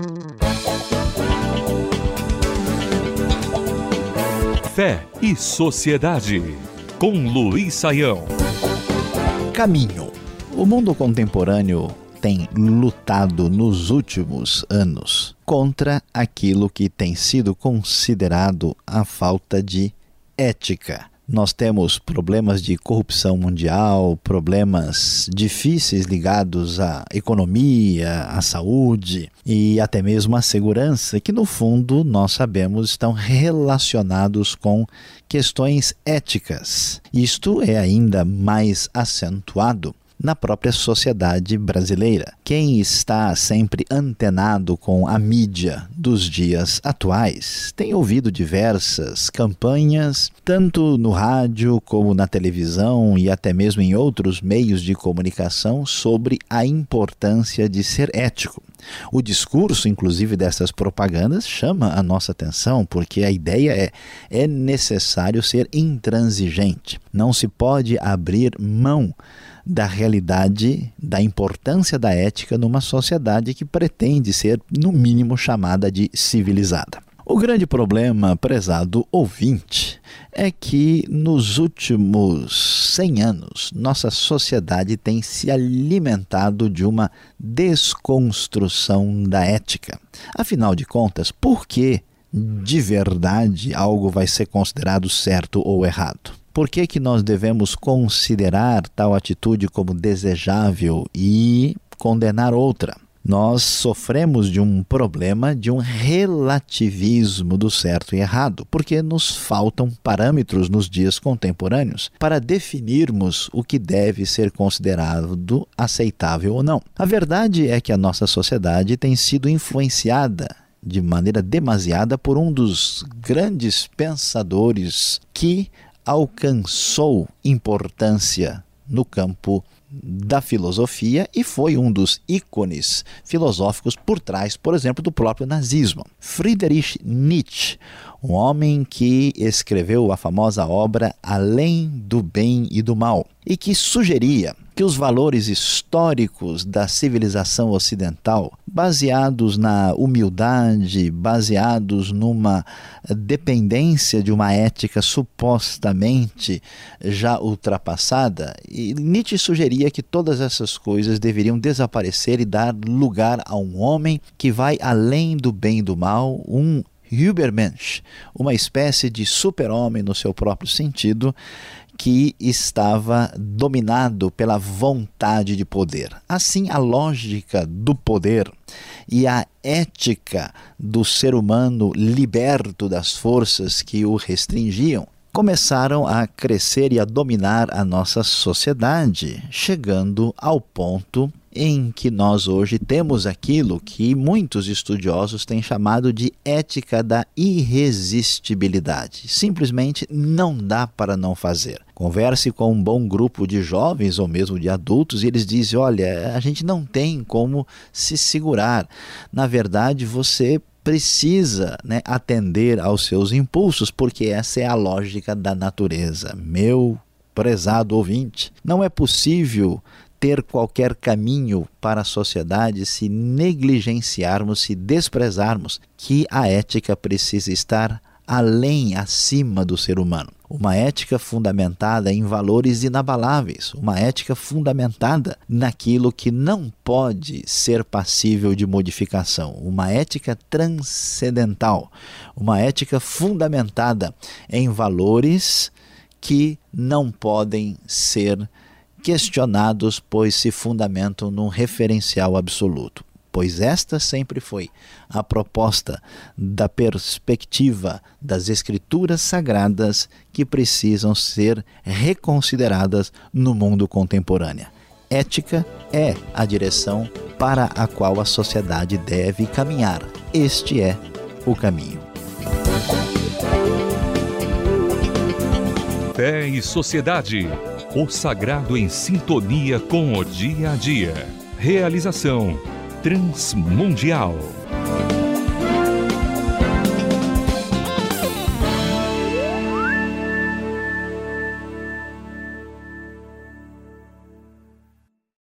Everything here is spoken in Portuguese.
Fé e Sociedade, com Luiz Saião. Caminho. O mundo contemporâneo tem lutado nos últimos anos contra aquilo que tem sido considerado a falta de ética. Nós temos problemas de corrupção mundial, problemas difíceis ligados à economia, à saúde e até mesmo à segurança, que no fundo nós sabemos estão relacionados com questões éticas. Isto é ainda mais acentuado na própria sociedade brasileira. Quem está sempre antenado com a mídia dos dias atuais tem ouvido diversas campanhas, tanto no rádio como na televisão e até mesmo em outros meios de comunicação, sobre a importância de ser ético. O discurso, inclusive, dessas propagandas chama a nossa atenção, porque a ideia é necessário ser intransigente. Não se pode abrir mão da realidade, da importância da ética numa sociedade que pretende ser, no mínimo, chamada de civilizada. O grande problema, prezado ouvinte, é que nos últimos 100 anos, nossa sociedade tem se alimentado de uma desconstrução da ética. Afinal de contas, por que de verdade algo vai ser considerado certo ou errado? Por que nós devemos considerar tal atitude como desejável e condenar outra? Nós sofremos de um problema, de um relativismo do certo e errado, porque nos faltam parâmetros nos dias contemporâneos para definirmos o que deve ser considerado aceitável ou não. A verdade é que a nossa sociedade tem sido influenciada de maneira demasiada por um dos grandes pensadores que alcançou importância no campo da filosofia e foi um dos ícones filosóficos por trás, por exemplo, do próprio nazismo. Friedrich Nietzsche, um homem que escreveu a famosa obra Além do Bem e do Mal, e que sugeria que os valores históricos da civilização ocidental, baseados na humildade, baseados numa dependência de uma ética supostamente já ultrapassada, e Nietzsche sugeria que todas essas coisas deveriam desaparecer e dar lugar a um homem que vai além do bem e do mal, um Übermensch, uma espécie de super-homem no seu próprio sentido, que estava dominado pela vontade de poder. Assim, a lógica do poder e a ética do ser humano liberto das forças que o restringiam começaram a crescer e a dominar a nossa sociedade, chegando ao ponto em que nós hoje temos aquilo que muitos estudiosos têm chamado de ética da irresistibilidade. Simplesmente não dá para não fazer. Converse com um bom grupo de jovens ou mesmo de adultos e eles dizem, olha, a gente não tem como se segurar. Na verdade, você precisa, atender aos seus impulsos, porque essa é a lógica da natureza. Meu prezado ouvinte, não é possível ter qualquer caminho para a sociedade se negligenciarmos, se desprezarmos que a ética precisa estar além, acima do ser humano. Uma ética fundamentada em valores inabaláveis, uma ética fundamentada naquilo que não pode ser passível de modificação, uma ética transcendental, uma ética fundamentada em valores que não podem ser questionados, pois se fundamentam num referencial absoluto. Pois esta sempre foi a proposta da perspectiva das escrituras sagradas que precisam ser reconsideradas no mundo contemporâneo. Ética é a direção para a qual a sociedade deve caminhar. Este é o caminho. Fé e Sociedade. O sagrado em sintonia com o dia a dia. Realização Transmundial.